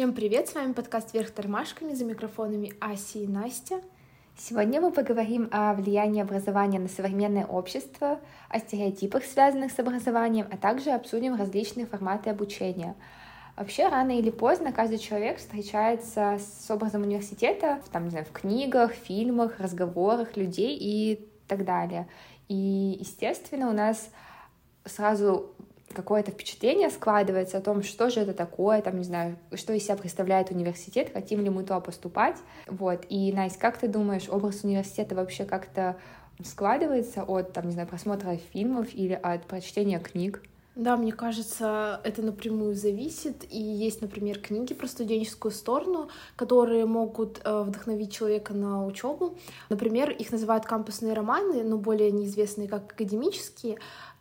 Всем привет, с вами подкаст «Вверх тормашками», за микрофонами Ася и Настя. Сегодня мы поговорим о влиянии образования на современное общество, о стереотипах, связанных с образованием, а также обсудим различные форматы обучения. Вообще, рано или поздно каждый человек встречается с образом университета в книгах, фильмах, разговорах людей и так далее. И, естественно, у нас сразу какое-то впечатление складывается о том, что же это такое, что из себя представляет университет, хотим ли мы туда поступать. И, Настя, как ты думаешь, образ университета вообще как-то складывается от, просмотра фильмов или от прочтения книг? Да, мне кажется, это напрямую зависит. И есть, например, книги про студенческую сторону, которые могут вдохновить человека на учебу. Например, их называют кампусные романы, но более неизвестные как академические.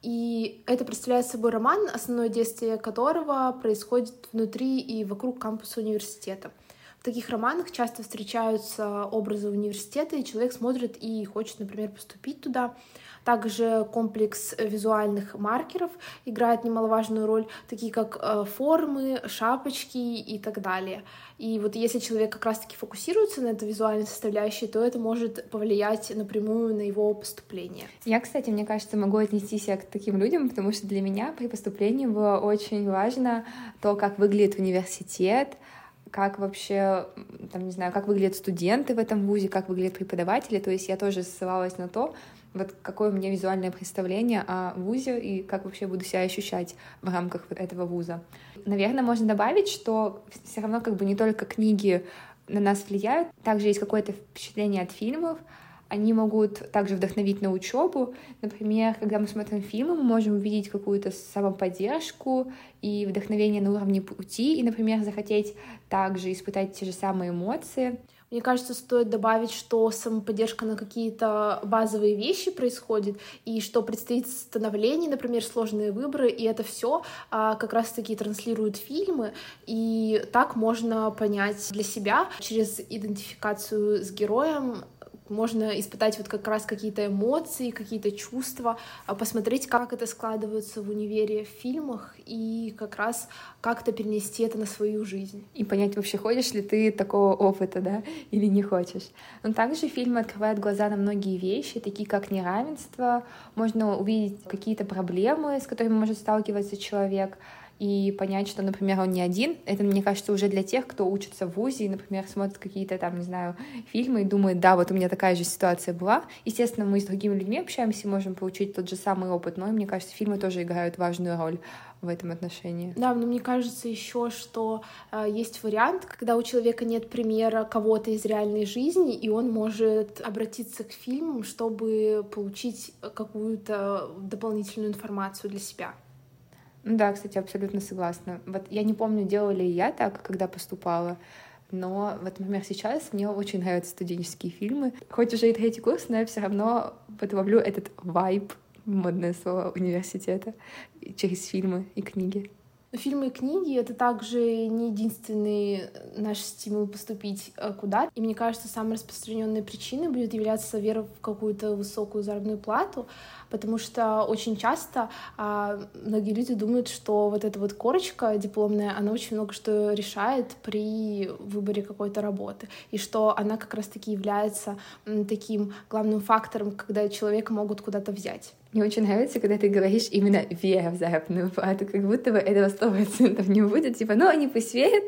И это представляет собой роман, основное действие которого происходит внутри и вокруг кампуса университета. В таких романах часто встречаются образы университета, и человек смотрит и хочет, например, поступить туда. Также комплекс визуальных маркеров играет немаловажную роль, такие как формы, шапочки и так далее. И вот если человек как раз-таки фокусируется на этой визуальной составляющей, то это может повлиять напрямую на его поступление. Я, кстати, мне кажется, могу отнестись к таким людям, потому что для меня при поступлении было очень важно то, как выглядит университет, как вообще, как выглядят студенты в этом вузе, как выглядят преподаватели. То есть я тоже ссылалась на то, какое у меня визуальное представление о вузе и как вообще буду себя ощущать в рамках этого вуза. Наверное, можно добавить, что все равно не только книги на нас влияют, также есть какое-то впечатление от фильмов. Они могут также вдохновить на учебу. Например, когда мы смотрим фильмы, мы можем увидеть какую-то самоподдержку и вдохновение на уровне пути, и, например, захотеть также испытать те же самые эмоции. Мне кажется, стоит добавить, что самоподдержка на какие-то базовые вещи происходит, и что предстоит становление, например, сложные выборы, и это все как раз-таки транслируют фильмы, и так можно понять для себя через идентификацию с героем, можно испытать как раз какие-то эмоции, какие-то чувства, посмотреть, как это складывается в универе в фильмах, и как раз как-то перенести это на свою жизнь. И понять, вообще хочешь ли ты такого опыта, да, или не хочешь. Но также фильмы открывают глаза на многие вещи, такие как неравенство, можно увидеть какие-то проблемы, с которыми может сталкиваться человек, и понять, что, например, он не один. Это, мне кажется, уже для тех, кто учится в вузе и, например, смотрит какие-то фильмы и думает, да, вот у меня такая же ситуация была. Естественно, мы с другими людьми общаемся, можем получить тот же самый опыт, но, мне кажется, фильмы тоже играют важную роль в этом отношении. Да, но мне кажется еще, что есть вариант, когда у человека нет примера кого-то из реальной жизни, и он может обратиться к фильмам, чтобы получить какую-то дополнительную информацию для себя. Да, кстати, абсолютно согласна. Я не помню, делала ли я так, когда поступала, но например, сейчас мне очень нравятся студенческие фильмы. Хоть уже и третий курс, но я все равно ловлю этот вайб, модное слово, университета через фильмы и книги. Фильмы и книги — это также не единственный наш стимул поступить куда-то. И мне кажется, самой распространенной причиной будет являться вера в какую-то высокую заработную плату, потому что очень часто многие люди думают, что эта корочка дипломная, она очень много что решает при выборе какой-то работы, и что она как раз-таки является таким главным фактором, когда человека могут куда-то взять. Мне очень нравится, когда ты говоришь именно вера в заработную плату, как будто бы этого 100% не будет, они пусть верят,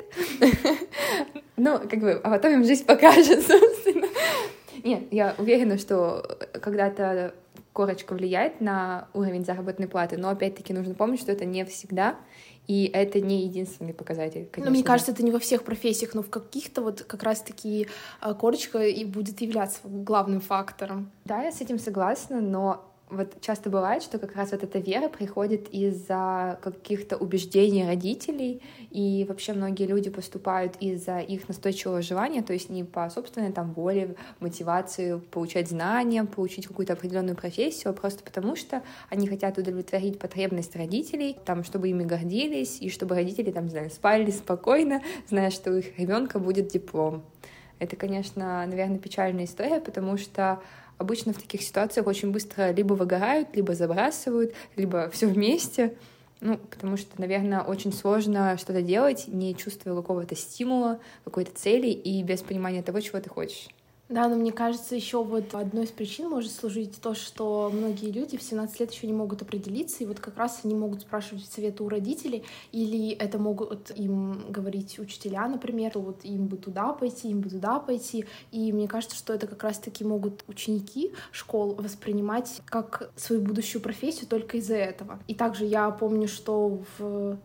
а потом им жизнь покажет, собственно. Нет, я уверена, что когда-то корочка влияет на уровень заработной платы, но опять-таки нужно помнить, что это не всегда, и это не единственный показатель, конечно. Но мне кажется, это не во всех профессиях, но в каких-то как раз-таки корочка и будет являться главным фактором. Да, я с этим согласна, но часто бывает, что как раз эта вера приходит из-за каких-то убеждений родителей, и вообще многие люди поступают из-за их настойчивого желания, то есть не по собственной воле, мотивации получать знания, получить какую-то определенную профессию, а просто потому что они хотят удовлетворить потребность родителей, чтобы ими гордились, и чтобы родители спали спокойно, зная, что у их ребенка будет диплом. Это, конечно, наверное, печальная история, потому что обычно в таких ситуациях очень быстро либо выгорают, либо забрасывают, либо все вместе. Ну, потому что, наверное, очень сложно что-то делать, не чувствуя какого-то стимула, какой-то цели и без понимания того, чего ты хочешь. Да, но мне кажется, еще вот одной из причин может служить то, что многие люди в 17 лет еще не могут определиться, и вот как раз они могут спрашивать совета у родителей, или это могут им говорить учителя, например, что вот им бы туда пойти, им бы туда пойти, и мне кажется, что это как раз-таки могут ученики школ воспринимать как свою будущую профессию только из-за этого. И также я помню, что в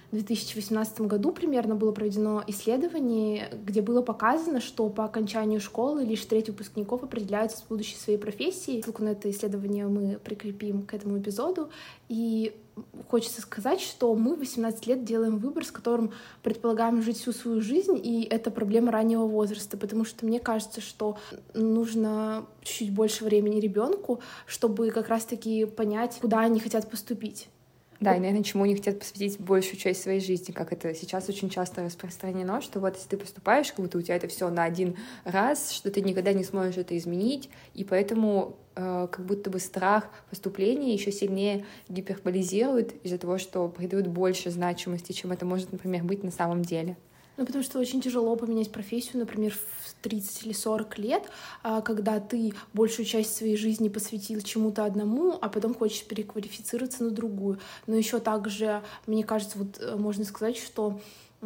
2018 году примерно было проведено исследование, где было показано, что по окончанию школы лишь треть выпускников определяются с будущей своей профессией. Ссылку на это исследование мы прикрепим к этому эпизоду. И хочется сказать, что мы в 18 лет делаем выбор, с которым предполагаем жить всю свою жизнь, и это проблема раннего возраста, потому что мне кажется, что нужно чуть больше времени ребенку, чтобы как раз-таки понять, куда они хотят поступить. Да, и, наверное, чему они хотят посвятить большую часть своей жизни, как это сейчас очень часто распространено, что вот если ты поступаешь, как будто у тебя это все на один раз, что ты никогда не сможешь это изменить, и поэтому как будто бы страх поступления еще сильнее гиперболизирует из-за того, что придают больше значимости, чем это может, например, быть на самом деле. Ну, потому что очень тяжело поменять профессию, например, в 30 или 40 лет, когда ты большую часть своей жизни посвятил чему-то одному, а потом хочешь переквалифицироваться на другую. Но еще также, мне кажется, вот можно сказать, что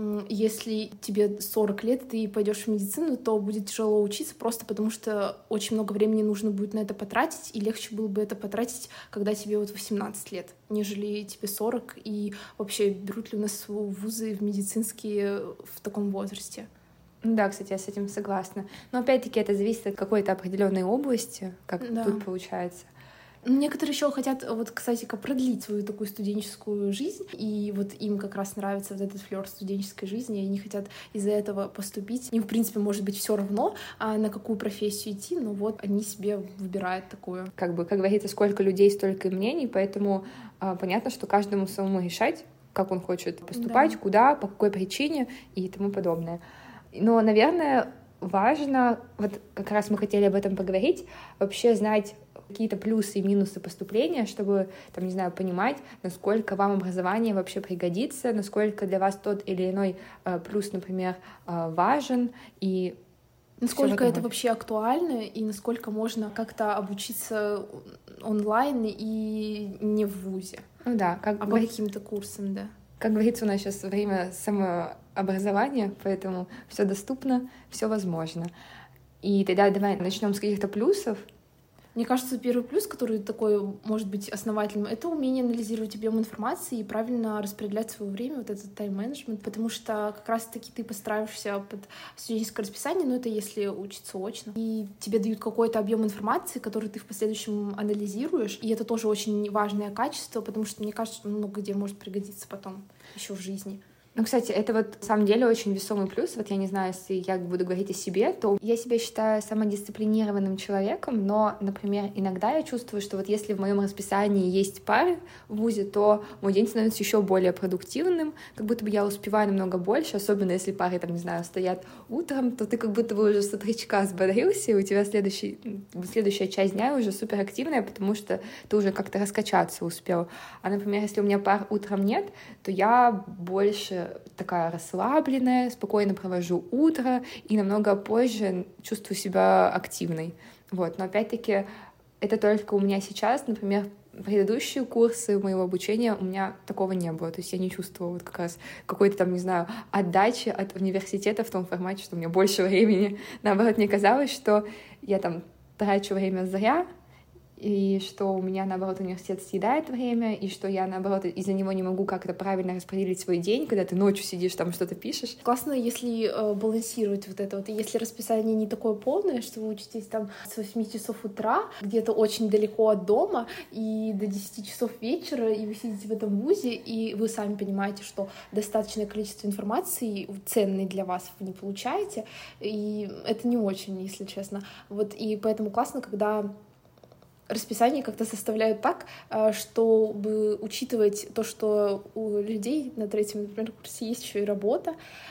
если тебе 40 лет, ты пойдешь в медицину, то будет тяжело учиться, просто потому что очень много времени нужно будет на это потратить, и легче было бы это потратить, когда тебе вот 18 лет, нежели тебе 40, и вообще берут ли у нас вузы в медицинские в таком возрасте. Да, кстати, я с этим согласна. Но опять-таки это зависит от какой-то определенной области, как тут получается. Некоторые еще хотят, вот, кстати, продлить свою такую студенческую жизнь, и вот им как раз нравится вот этот флёр студенческой жизни, и они хотят из-за этого поступить. Им, в принципе, может быть все равно, на какую профессию идти, но вот они себе выбирают такую. Как говорится, сколько людей, столько и мнений, поэтому понятно, что каждому самому решать, как он хочет поступать, да. Куда, по какой причине и тому подобное. Но, наверное, важно, вот как раз мы хотели об этом поговорить, вообще знать какие-то плюсы и минусы поступления, чтобы, там, не знаю, понимать, насколько вам образование вообще пригодится, насколько для вас тот или иной плюс, например, важен, и насколько это вообще актуально, и насколько можно как-то обучиться онлайн и не в вузе. Ну да, по каким-то курсам, да. Как говорится, у нас сейчас время самообразования, поэтому все доступно, все возможно. И тогда давай начнем с каких-то плюсов. Мне кажется, первый плюс, который такой может быть основательным, это умение анализировать объем информации и правильно распределять свое время, вот этот тайм-менеджмент, потому что как раз-таки ты подстраиваешься под студенческое расписание, но это если учиться очно, и тебе дают какой-то объем информации, который ты в последующем анализируешь, и это тоже очень важное качество, потому что, мне кажется, что много где может пригодиться потом еще в жизни. Ну, кстати, это вот на самом деле очень весомый плюс. Вот я не знаю, если я буду говорить о себе, то я себя считаю самодисциплинированным человеком, но, например, иногда я чувствую, что вот если в моем расписании есть пары в вузе, то мой день становится еще более продуктивным, как будто бы я успеваю намного больше, особенно если пары, там, не знаю, стоят утром, то ты как будто бы уже с утречка взбодрился, и у тебя следующая часть дня уже суперактивная, потому что ты уже как-то раскачаться успел. А, например, если у меня пар утром нет, то я больше такая расслабленная, спокойно провожу утро и намного позже чувствую себя активной. Вот. Но опять-таки это только у меня сейчас, например, предыдущие курсы моего обучения у меня такого не было. То есть я не чувствовала вот как раз какой-то там, не знаю, отдачи от университета в том формате, что у меня больше времени. Наоборот, мне казалось, что я там трачу время зря, и что у меня, наоборот, университет съедает время, и что я, наоборот, из-за него не могу как-то правильно распределить свой день, когда ты ночью сидишь, там что-то пишешь. Классно, если балансировать вот это вот, и если расписание не такое полное, что вы учитесь там с 8 часов утра, где-то очень далеко от дома, и до 10 часов вечера, и вы сидите в этом вузе, и вы сами понимаете, что достаточное количество информации ценной для вас вы не получаете, и это не очень, если честно. Вот, и поэтому классно, когда расписание как-то составляют так, чтобы учитывать то, что у людей на третьем, например, курсе есть еще и работа.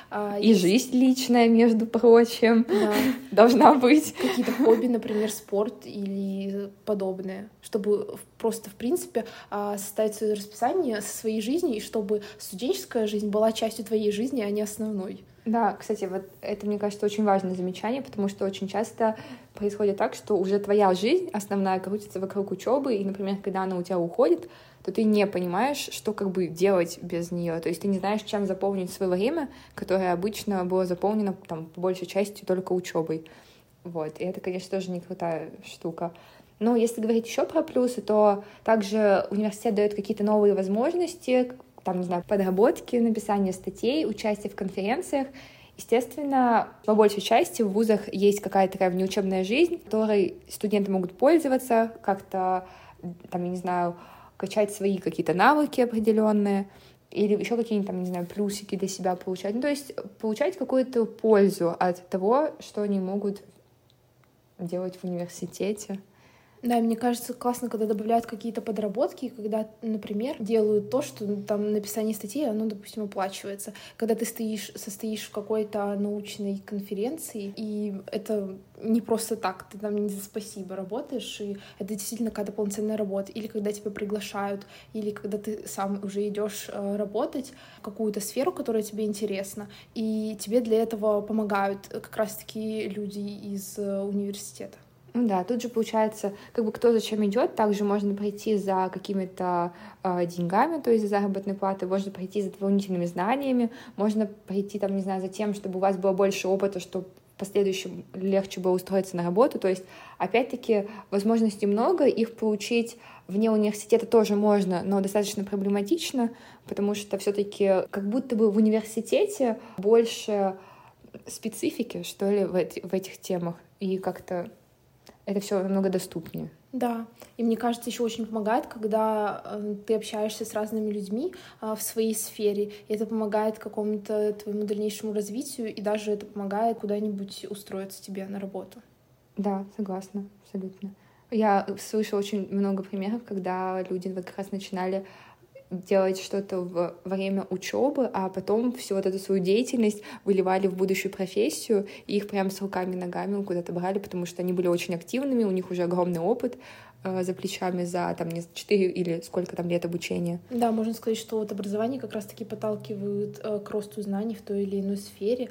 И жизнь личная, между прочим, должна быть. Какие-то хобби, например, спорт или подобное, чтобы просто, в принципе, составить свое расписание со своей жизнью, и чтобы студенческая жизнь была частью твоей жизни, а не основной. Да, кстати, вот это, мне кажется, очень важное замечание, потому что очень часто происходит так, что уже твоя жизнь основная крутится вокруг учебы, и, например, когда она у тебя уходит, то ты не понимаешь, что как бы делать без нее. То есть ты не знаешь, чем заполнить свое время, которое обычно было заполнено там по большей части только учебой. Вот. И это, конечно, тоже не крутая штука. Но если говорить еще про плюсы, то также университет дает какие-то новые возможности, там, не знаю, подработки, написание статей, участие в конференциях. Естественно, по большей части в вузах есть какая-то такая внеучебная жизнь, которой студенты могут пользоваться, как-то, там, я не знаю, качать свои какие-то навыки определенные или еще какие-нибудь, там, не знаю, плюсики для себя получать. Ну, то есть получать какую-то пользу от того, что они могут делать в университете. Да, мне кажется, классно, когда добавляют какие-то подработки, когда, например, делают то, что там написание статей, оно, допустим, оплачивается. Когда ты состоишь в какой-то научной конференции, и это не просто так, ты там не за спасибо работаешь, и это действительно какая-то полноценная работа. Или когда тебя приглашают, или когда ты сам уже идешь работать в какую-то сферу, которая тебе интересна, и тебе для этого помогают как раз-таки люди из университета. Ну да, тут же получается, как бы кто зачем идет, также можно прийти за какими-то деньгами, то есть за заработной платой, можно прийти за дополнительными знаниями, можно прийти, там, не знаю, за тем, чтобы у вас было больше опыта, чтобы в последующем легче было устроиться на работу. То есть, опять-таки, возможностей много, их получить вне университета тоже можно, но достаточно проблематично, потому что все-таки как будто бы в университете больше специфики, что ли, в этих темах, и как-то это все намного доступнее. Да, и мне кажется, еще очень помогает, когда ты общаешься с разными людьми в своей сфере, и это помогает какому-то твоему дальнейшему развитию, и даже это помогает куда-нибудь устроиться тебе на работу. Да, согласна, абсолютно. Я слышала очень много примеров, когда люди вот как раз начинали делать что-то во время учебы, а потом всю вот эту свою деятельность выливали в будущую профессию, и их прям с руками и ногами куда-то брали, потому что они были очень активными, у них уже огромный опыт за плечами за там 4 или сколько там лет обучения. Да, можно сказать, что вот образование как раз-таки подталкивает к росту знаний в той или иной сфере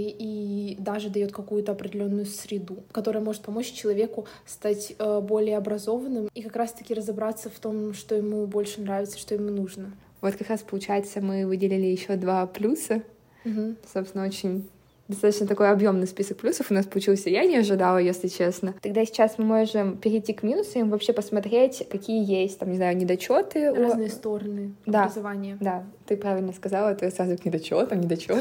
и даже дает какую-то определенную среду, которая может помочь человеку стать более образованным и как раз-таки разобраться в том, что ему больше нравится, что ему нужно. Вот как раз, получается, мы выделили еще 2 плюса. Собственно, очень достаточно такой объемный список плюсов у нас получился. Я не ожидала, если честно. Тогда сейчас мы можем перейти к минусам и вообще посмотреть, какие есть, там, не знаю, недочеты. Разные стороны образования. Да, ты правильно сказала, ты сразу к недочетам.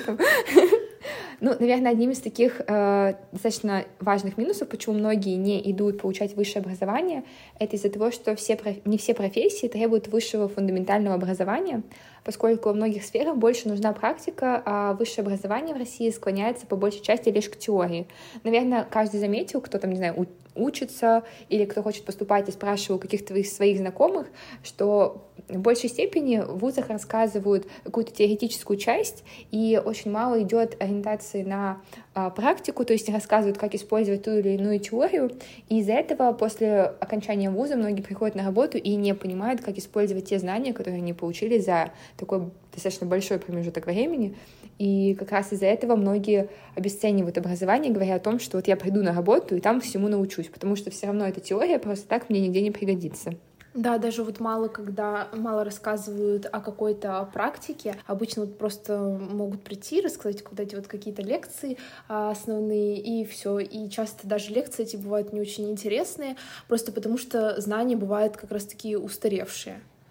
Ну, наверное, одним из таких достаточно важных минусов, почему многие не идут получать высшее образование, это из-за того, что не все профессии требуют высшего фундаментального образования, поскольку во многих сферах больше нужна практика, а высшее образование в России склоняется по большей части лишь к теории. Наверное, каждый заметил, кто там, не знаю, учится или кто хочет поступать и спрашивал каких-то своих знакомых, что в большей степени в вузах рассказывают какую-то теоретическую часть, и очень мало идет ориентации на практику, то есть рассказывают, как использовать ту или иную теорию, и из-за этого после окончания вуза многие приходят на работу и не понимают, как использовать те знания, которые они получили за такой достаточно большой промежуток времени. И как раз из-за этого многие обесценивают образование, говоря о том, что вот я приду на работу и там всему научусь, потому что все равно эта теория просто так мне нигде не пригодится. Да, даже вот мало рассказывают о какой-то практике, обычно вот просто могут прийти, рассказать вот эти вот какие-то лекции основные, и все. И часто даже лекции эти бывают не очень интересные, просто потому что знания бывают как раз-таки устаревшие.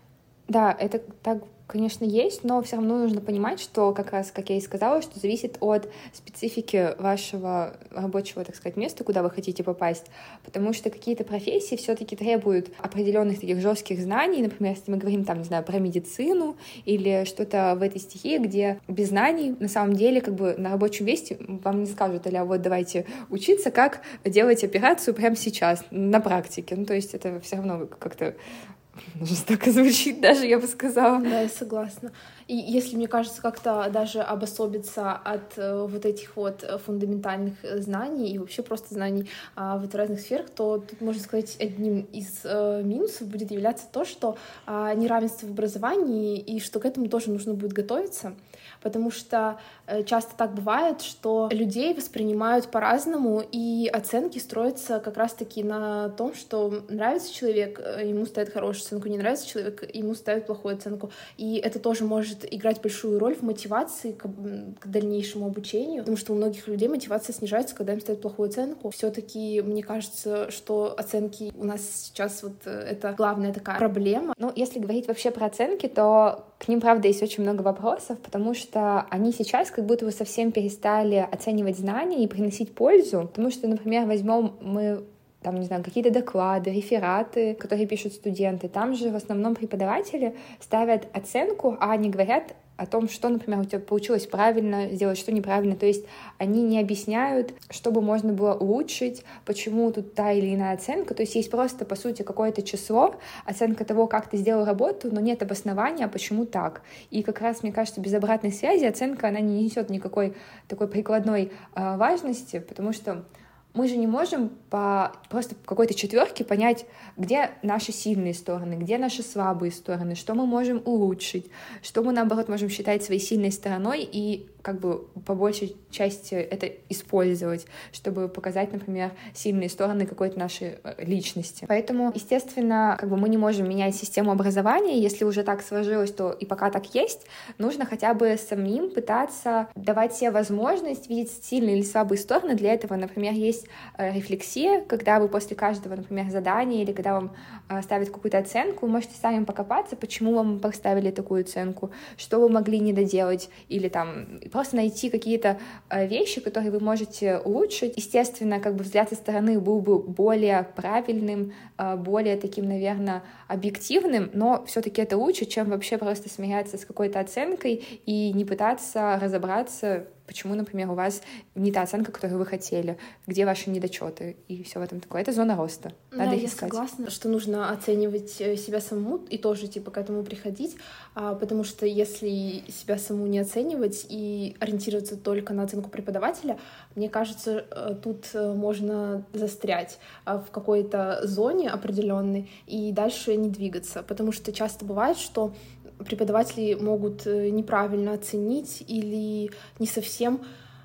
Да, это так, конечно, есть, но все равно нужно понимать, что как раз, как я и сказала, что зависит от специфики вашего рабочего, так сказать, места, куда вы хотите попасть, потому что какие-то профессии все-таки требуют определенных таких жестких знаний, например, если мы говорим там, не знаю, про медицину или что-то в этой стихии, где без знаний на самом деле как бы на рабочем месте вам не скажут, а вот давайте учиться, как делать операцию прямо сейчас на практике, ну то есть это все равно как-то жестоко звучит даже, я бы сказала. Да, я согласна. И если, мне кажется, как-то даже обособиться от вот этих вот фундаментальных знаний и вообще просто знаний вот в разных сферах, то тут, можно сказать, одним из минусов будет являться то, что неравенство в образовании, и что к этому тоже нужно будет готовиться, потому что часто так бывает, что людей воспринимают по-разному, и оценки строятся как раз-таки на том, что нравится человек, ему ставят хорошую оценку, не нравится человек, ему ставят плохую оценку. И это тоже может играть большую роль в мотивации к дальнейшему обучению, потому что у многих людей мотивация снижается, когда им ставят плохую оценку. Все-таки мне кажется, что оценки у нас сейчас вот это главная такая проблема. Ну, если говорить вообще про оценки, то к ним, правда, есть очень много вопросов, потому что они сейчас как будто бы совсем перестали оценивать знания и приносить пользу, потому что, например, возьмем мы там, не знаю, какие-то доклады, рефераты, которые пишут студенты, там же в основном преподаватели ставят оценку, а не говорят о том, что, например, у тебя получилось правильно сделать, что неправильно. То есть они не объясняют, чтобы можно было улучшить, почему тут та или иная оценка. То есть есть просто, по сути, какое-то число, оценка того, как ты сделал работу, но нет обоснования, почему так. И как раз, мне кажется, без обратной связи оценка, она не несет никакой такой прикладной важности, потому что мы же не можем просто по какой-то четверке понять, где наши сильные стороны, где наши слабые стороны, что мы можем улучшить, что мы, наоборот, можем считать своей сильной стороной и как бы по большей части это использовать, чтобы показать, например, сильные стороны какой-то нашей личности. Поэтому, естественно, как бы мы не можем менять систему образования, если уже так сложилось, то и пока так есть, нужно хотя бы самим пытаться давать себе возможность видеть сильные или слабые стороны. Для этого, например, есть рефлексия, когда вы после каждого, например, задания или когда вам ставят какую-то оценку, вы можете сами покопаться, почему вам поставили такую оценку, что вы могли не доделать, или там просто найти какие-то вещи, которые вы можете улучшить. Естественно, как бы взгляд со стороны был бы более правильным, более таким, наверное, объективным, но все-таки это лучше, чем вообще просто смиряться с какой-то оценкой и не пытаться разобраться, почему, например, у вас не та оценка, которую вы хотели, где ваши недочеты и все в этом такое. Это зона роста. Надо их искать. Я согласна, что нужно оценивать себя самому и тоже типа к этому приходить, потому что если себя саму не оценивать и ориентироваться только на оценку преподавателя, мне кажется, тут можно застрять в какой-то зоне определенной и дальше не двигаться, потому что часто бывает, что преподаватели могут неправильно оценить или не совсем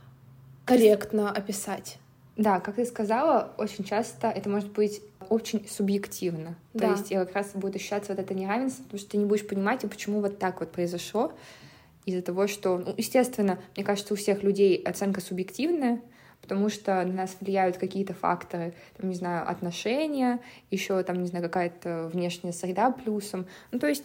корректно описать. Да, как ты сказала, очень часто это может быть очень субъективно. Да. То есть и как раз будет ощущаться вот это неравенство, потому что ты не будешь понимать, почему вот так вот произошло, из-за того, что, ну, естественно, мне кажется, у всех людей оценка субъективная, потому что на нас влияют какие-то факторы, там, не знаю, отношения, еще там, не знаю, какая-то внешняя среда плюсом. Ну, то есть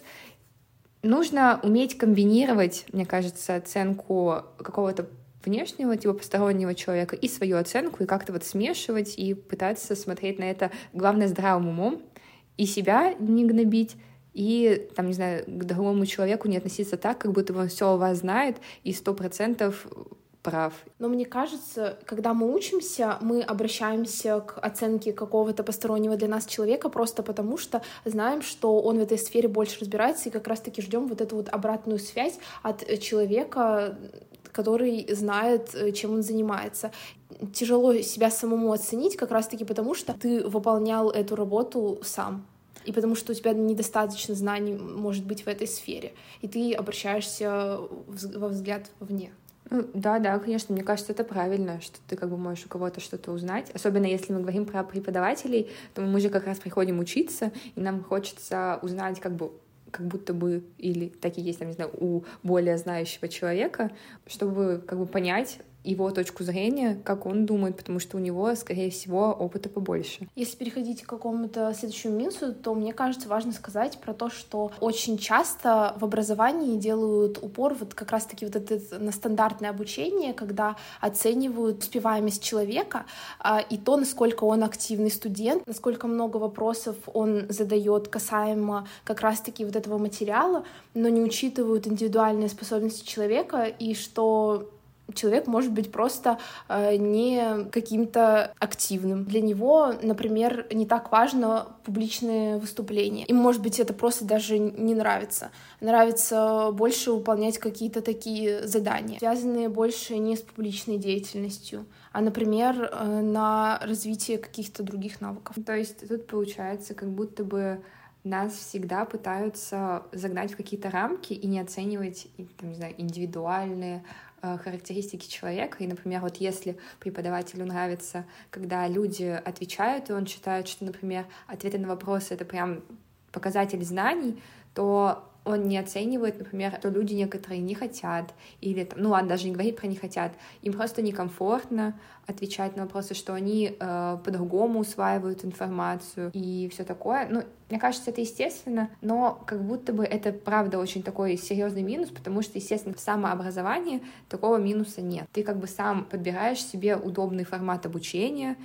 нужно уметь комбинировать, мне кажется, оценку какого-то внешнего, типа постороннего человека и свою оценку, и как-то вот смешивать, и пытаться смотреть на это, главное, здравым умом, и себя не гнобить, и, там, не знаю, к другому человеку не относиться так, как будто он все о вас знает и 100% прав. Но мне кажется, когда мы учимся, мы обращаемся к оценке какого-то постороннего для нас человека просто потому, что знаем, что он в этой сфере больше разбирается, и как раз-таки ждем вот эту вот обратную связь от человека, который знает, чем он занимается. Тяжело себя самому оценить как раз-таки потому, что ты выполнял эту работу сам. И потому что у тебя недостаточно знаний, может быть, в этой сфере. И ты обращаешься во взгляд вовне. Ну, да, конечно, мне кажется, это правильно, что ты как бы можешь у кого-то что-то узнать. Особенно если мы говорим про преподавателей, то мы же как раз приходим учиться, и нам хочется узнать как будто бы, или так и есть, там, не знаю, у более знающего человека, чтобы как бы понять, его точку зрения, как он думает, потому что у него, скорее всего, опыта побольше. Если переходить к какому-то следующему минусу, то мне кажется, важно сказать про то, что очень часто в образовании делают упор вот как раз-таки вот это на стандартное обучение, когда оценивают успеваемость человека и то, насколько он активный студент, насколько много вопросов он задает касаемо как раз-таки вот этого материала, но не учитывают индивидуальные способности человека и что человек может быть просто не каким-то активным. Для него, например, не так важно публичные выступления. Им, может быть, это просто даже не нравится. Нравится больше выполнять какие-то такие задания, связанные больше не с публичной деятельностью, а, например, на развитие каких-то других навыков. То есть тут получается, как будто бы нас всегда пытаются загнать в какие-то рамки и не оценивать, там, не знаю, индивидуальные характеристики человека. И, например, вот если преподавателю нравится, когда люди отвечают, и он считает, что, например, ответы на вопросы — это прям показатель знаний, то он не оценивает, например, что люди некоторые не хотят, или, там, ну ладно, даже не говорит про не хотят, им просто некомфортно отвечать на вопросы, что они по-другому усваивают информацию и все такое. Ну, мне кажется, это естественно, но как будто бы это, правда, очень такой серьезный минус, потому что, естественно, в самообразовании такого минуса нет. Ты как бы сам подбираешь себе удобный формат обучения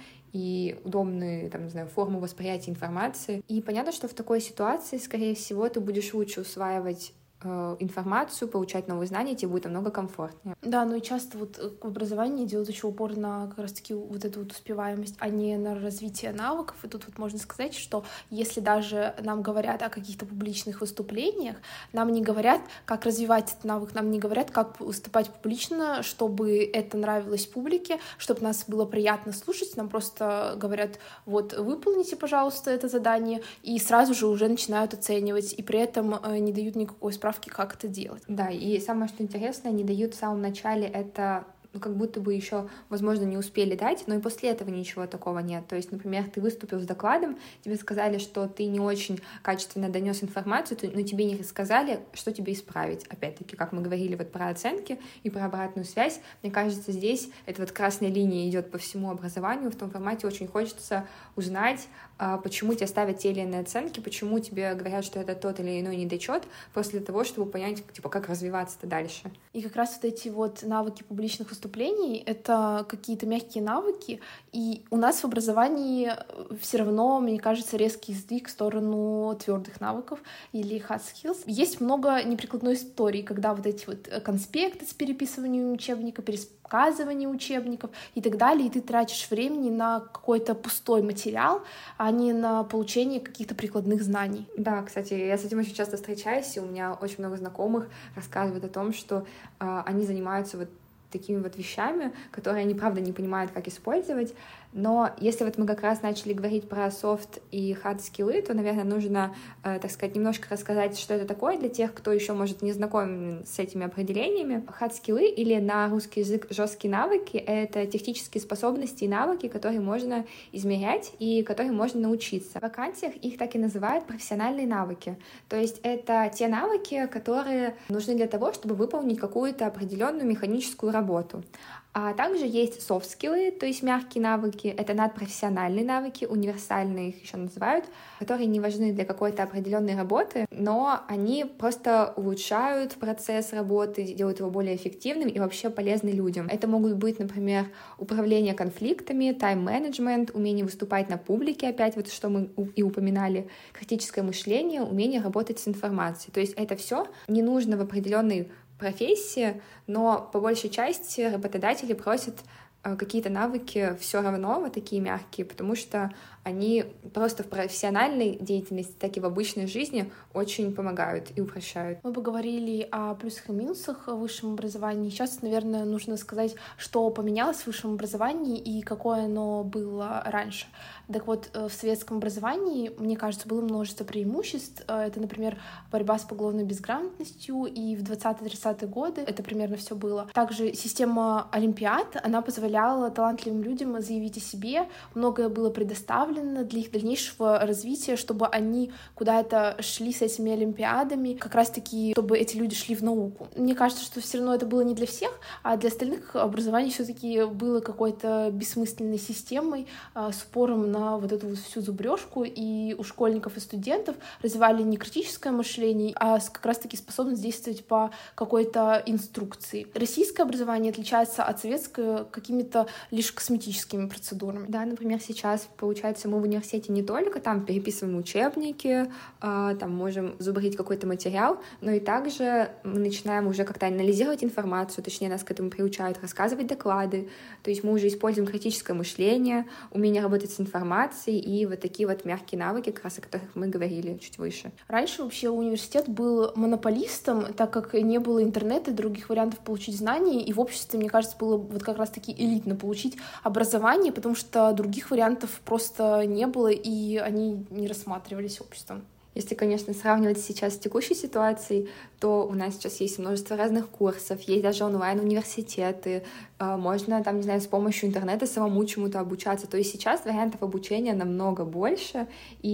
и удобную, там, не знаю, форму восприятия информации. И понятно, что в такой ситуации, скорее всего, ты будешь лучше усваивать информацию, получать новые знания, тебе будет намного комфортнее. Да, ну и часто вот в образовании делают еще упор на как раз-таки вот эту вот успеваемость, а не на развитие навыков. И тут вот можно сказать, что если даже нам говорят о каких-то публичных выступлениях, нам не говорят, как развивать этот навык, нам не говорят, как выступать публично, чтобы это нравилось публике, чтобы нас было приятно слушать. Нам просто говорят, вот, выполните, пожалуйста, это задание, и сразу же уже начинают оценивать, и при этом не дают никакой справки, как это делать. Да, и самое, что интересно, они дают в самом начале это, ну, как будто бы еще, возможно, не успели дать, но и после этого ничего такого нет. То есть, например, ты выступил с докладом, тебе сказали, что ты не очень качественно донес информацию, но тебе не рассказали, что тебе исправить. Опять-таки, как мы говорили вот про оценки и про обратную связь, мне кажется, здесь эта вот красная линия идет по всему образованию. В том формате очень хочется узнать, почему тебе ставят те или иные оценки, почему тебе говорят, что это тот или иной недочет, просто для того, чтобы понять, типа, как развиваться-то дальше. И как раз вот эти вот навыки публичных выступлений — это какие-то мягкие навыки, и у нас в образовании все равно, мне кажется, резкий сдвиг в сторону твердых навыков или hard skills. Есть много неприкладной истории, когда вот эти вот конспекты с переписыванием учебника, пересказывание учебников и так далее, и ты тратишь времени на какой-то пустой материал, а не на получение каких-то прикладных знаний. Да, кстати, я с этим очень часто встречаюсь, и у меня очень много знакомых рассказывают о том, что они занимаются вот такими вот вещами, которые они, правда, не понимают, как использовать. Но если вот мы как раз начали говорить про soft и hard скиллы, то, наверное, нужно, так сказать, немножко рассказать, что это такое для тех, кто еще, может, не знаком с этими определениями. Hard скиллы или на русский язык жесткие навыки — это технические способности и навыки, которые можно измерять и которые можно научиться. В вакансиях их так и называют профессиональные навыки. То есть это те навыки, которые нужны для того, чтобы выполнить какую-то определенную механическую работу. А также есть soft-скиллы, то есть мягкие навыки, это надпрофессиональные навыки, универсальные их еще называют, которые не важны для какой-то определенной работы, но они просто улучшают процесс работы, делают его более эффективным и вообще полезны людям. Это могут быть, например, управление конфликтами, тайм-менеджмент, умение выступать на публике, опять вот что мы и упоминали, критическое мышление, умение работать с информацией. То есть это все не нужно в определенной профессии, но по большей части работодатели просят какие-то навыки все равно, вот такие мягкие, потому что они просто в профессиональной деятельности, так и в обычной жизни очень помогают и упрощают. Мы поговорили о плюсах и минусах в высшем образовании. Сейчас, наверное, нужно сказать, что поменялось в высшем образовании и какое оно было раньше. Так вот, в советском образовании, мне кажется, было множество преимуществ. Это, например, борьба с поголовной безграмотностью, и в 20-30-е годы это примерно все было. Также система олимпиад, она позволяет позволяла талантливым людям заявить о себе, многое было предоставлено для их дальнейшего развития, чтобы они куда-то шли с этими олимпиадами, как раз-таки, чтобы эти люди шли в науку. Мне кажется, что все равно это было не для всех, а для остальных образование все-таки было какой-то бессмысленной системой с упором на вот эту вот всю зубрежку, и у школьников и студентов развивали не критическое мышление, а как раз-таки способность действовать по какой-то инструкции. Российское образование отличается от советского какими-то лишь косметическими процедурами. Да, например, сейчас, получается, мы в университете не только там переписываем учебники, там можем зубрить какой-то материал, но и также мы начинаем уже как-то анализировать информацию, точнее, нас к этому приучают, рассказывать доклады, то есть мы уже используем критическое мышление, умение работать с информацией и вот такие вот мягкие навыки, как раз о которых мы говорили чуть выше. Раньше вообще университет был монополистом, так как не было интернета и других вариантов получить знания, и в обществе, мне кажется, было вот как раз-таки элитно получить образование, потому что других вариантов просто не было, и они не рассматривались обществом. Если, конечно, сравнивать сейчас с текущей ситуацией, то у нас сейчас есть множество разных курсов, есть даже онлайн-университеты, можно, там, не знаю, с помощью интернета самому чему-то обучаться. То есть сейчас вариантов обучения намного больше,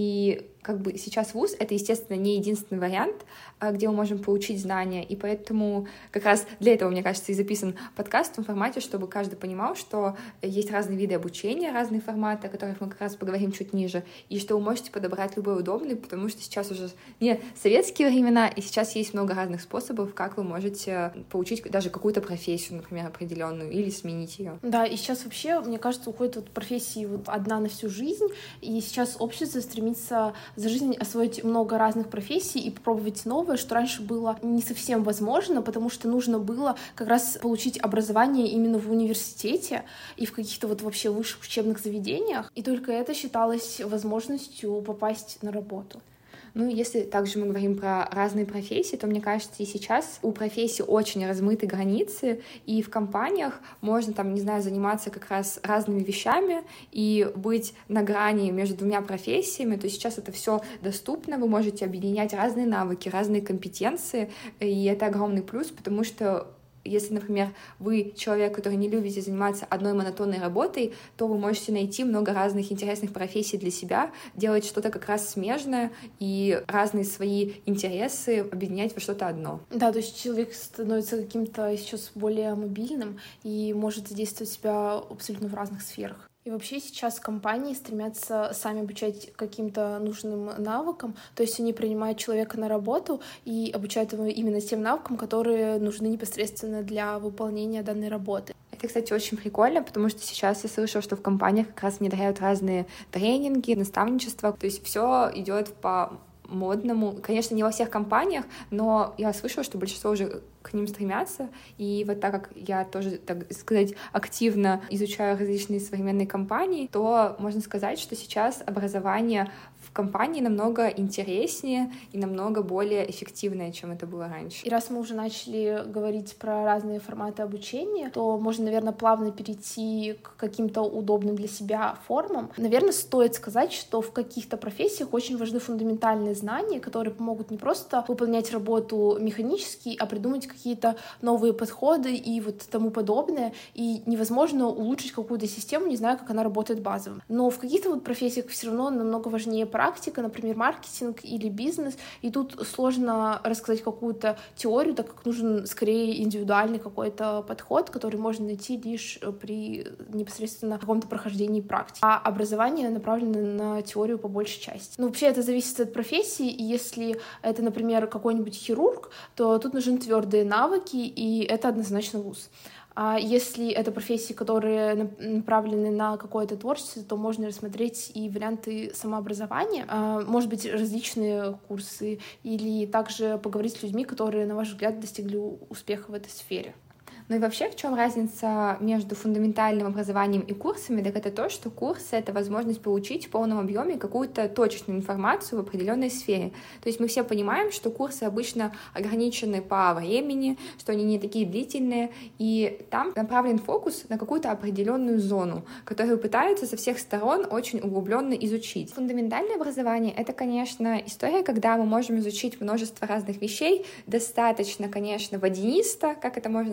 и как бы сейчас вуз — это, естественно, не единственный вариант, где мы можем получить знания, и поэтому как раз для этого, мне кажется, и записан подкаст в том формате, чтобы каждый понимал, что есть разные виды обучения, разные форматы, о которых мы как раз поговорим чуть ниже, и что вы можете подобрать любой удобный, потому что сейчас уже не советские времена, и сейчас есть много разных способов, как вы можете получить даже какую-то профессию, например, определенную, или сменить ее. Да, и сейчас вообще, мне кажется, уходит вот профессии вот одна на всю жизнь, и сейчас общество стремится за жизнь освоить много разных профессий и попробовать новое, что раньше было не совсем возможно, потому что нужно было как раз получить образование именно в университете и в каких-то вот вообще высших учебных заведениях, и только это считалось возможностью попасть на работу. Ну, если также мы говорим про разные профессии, то, мне кажется, и сейчас у профессий очень размыты границы, и в компаниях можно, там, не знаю, заниматься как раз разными вещами и быть на грани между двумя профессиями. То есть сейчас это все доступно, вы можете объединять разные навыки, разные компетенции, и это огромный плюс, потому что если, например, вы человек, который не любите заниматься одной монотонной работой, то вы можете найти много разных интересных профессий для себя, делать что-то как раз смежное и разные свои интересы объединять во что-то одно. Да, то есть человек становится каким-то сейчас более мобильным и может задействовать себя абсолютно в разных сферах. И вообще сейчас компании стремятся сами обучать каким-то нужным навыкам, то есть они принимают человека на работу и обучают его именно тем навыкам, которые нужны непосредственно для выполнения данной работы. Это, кстати, очень прикольно, потому что сейчас я слышала, что в компаниях как раз внедряют разные тренинги, наставничества, то есть все идет по модному. Конечно, не во всех компаниях, но я слышала, что большинство уже к ним стремятся. И вот так как я тоже, так сказать, активно изучаю различные современные компании, то можно сказать, что сейчас образование в компании намного интереснее и намного более эффективное, чем это было раньше. И раз мы уже начали говорить про разные форматы обучения, то можно, наверное, плавно перейти к каким-то удобным для себя формам. Наверное, стоит сказать, что в каких-то профессиях очень важны фундаментальные знания, которые помогут не просто выполнять работу механически, а придумать какие-то новые подходы и вот тому подобное. И невозможно улучшить какую-то систему, не зная, как она работает базово. Но в каких-то вот профессиях все равно намного важнее практика, например, маркетинг или бизнес, и тут сложно рассказать какую-то теорию, так как нужен скорее индивидуальный какой-то подход, который можно найти лишь при непосредственно каком-то прохождении практики. А образование направлено на теорию по большей части. Но вообще это зависит от профессии, и если это, например, какой-нибудь хирург, то тут нужны твердые навыки, и это однозначно вуз. А если это профессии, которые направлены на какое-то творчество, то можно рассмотреть и варианты самообразования, может быть, различные курсы, или также поговорить с людьми, которые, на ваш взгляд, достигли успеха в этой сфере. Ну и вообще, в чем разница между фундаментальным образованием и курсами? Так это то, что курсы — это возможность получить в полном объеме какую-то точечную информацию в определенной сфере. То есть мы все понимаем, что курсы обычно ограничены по времени, что они не такие длительные, и там направлен фокус на какую-то определенную зону, которую пытаются со всех сторон очень углубленно изучить. Фундаментальное образование — это, конечно, история, когда мы можем изучить множество разных вещей, достаточно, конечно, водянисто, как это можно сказать,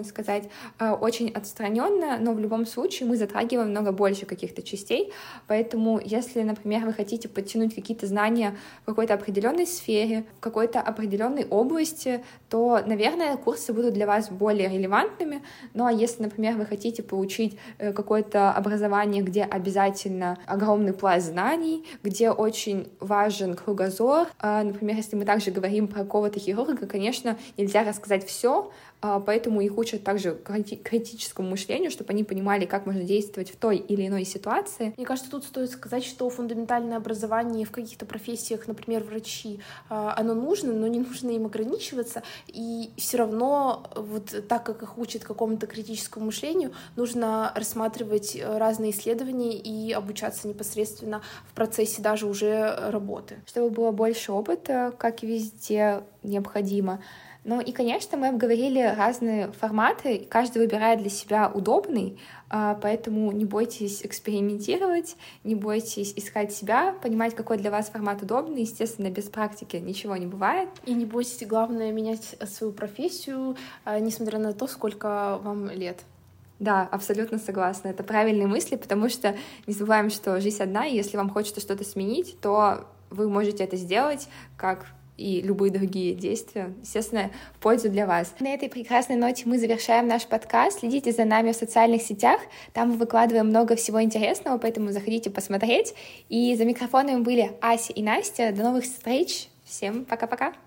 сказать, очень отстраненно, но в любом случае мы затрагиваем много больше каких-то частей, поэтому если, например, вы хотите подтянуть какие-то знания в какой-то определенной сфере, в какой-то определенной области, то, наверное, курсы будут для вас более релевантными. Ну а если, например, вы хотите получить какое-то образование, где обязательно огромный пласт знаний, где очень важен кругозор, например, если мы также говорим про какого-то хирурга, конечно, нельзя рассказать все, поэтому их учат также критическому мышлению, чтобы они понимали, как можно действовать в той или иной ситуации. Мне кажется, тут стоит сказать, что фундаментальное образование в каких-то профессиях, например, врачи, оно нужно, но не нужно им ограничиваться, и все равно, вот так как их учат какому-то критическому мышлению, нужно рассматривать разные исследования и обучаться непосредственно в процессе даже уже работы. Чтобы было больше опыта, как и везде необходимо. Ну и, конечно, мы обговорили разные форматы, и каждый выбирает для себя удобный, поэтому не бойтесь экспериментировать, не бойтесь искать себя, понимать, какой для вас формат удобный. Естественно, без практики ничего не бывает. И не бойтесь, главное, менять свою профессию, несмотря на то, сколько вам лет. Да, абсолютно согласна. Это правильные мысли, потому что не забываем, что жизнь одна, и если вам хочется что-то сменить, то вы можете это сделать, как и любые другие действия, естественно, в пользу для вас. На этой прекрасной ноте мы завершаем наш подкаст. Следите за нами в социальных сетях, там мы выкладываем много всего интересного, поэтому заходите посмотреть. И за микрофонами были Ася и Настя. До новых встреч, всем пока-пока!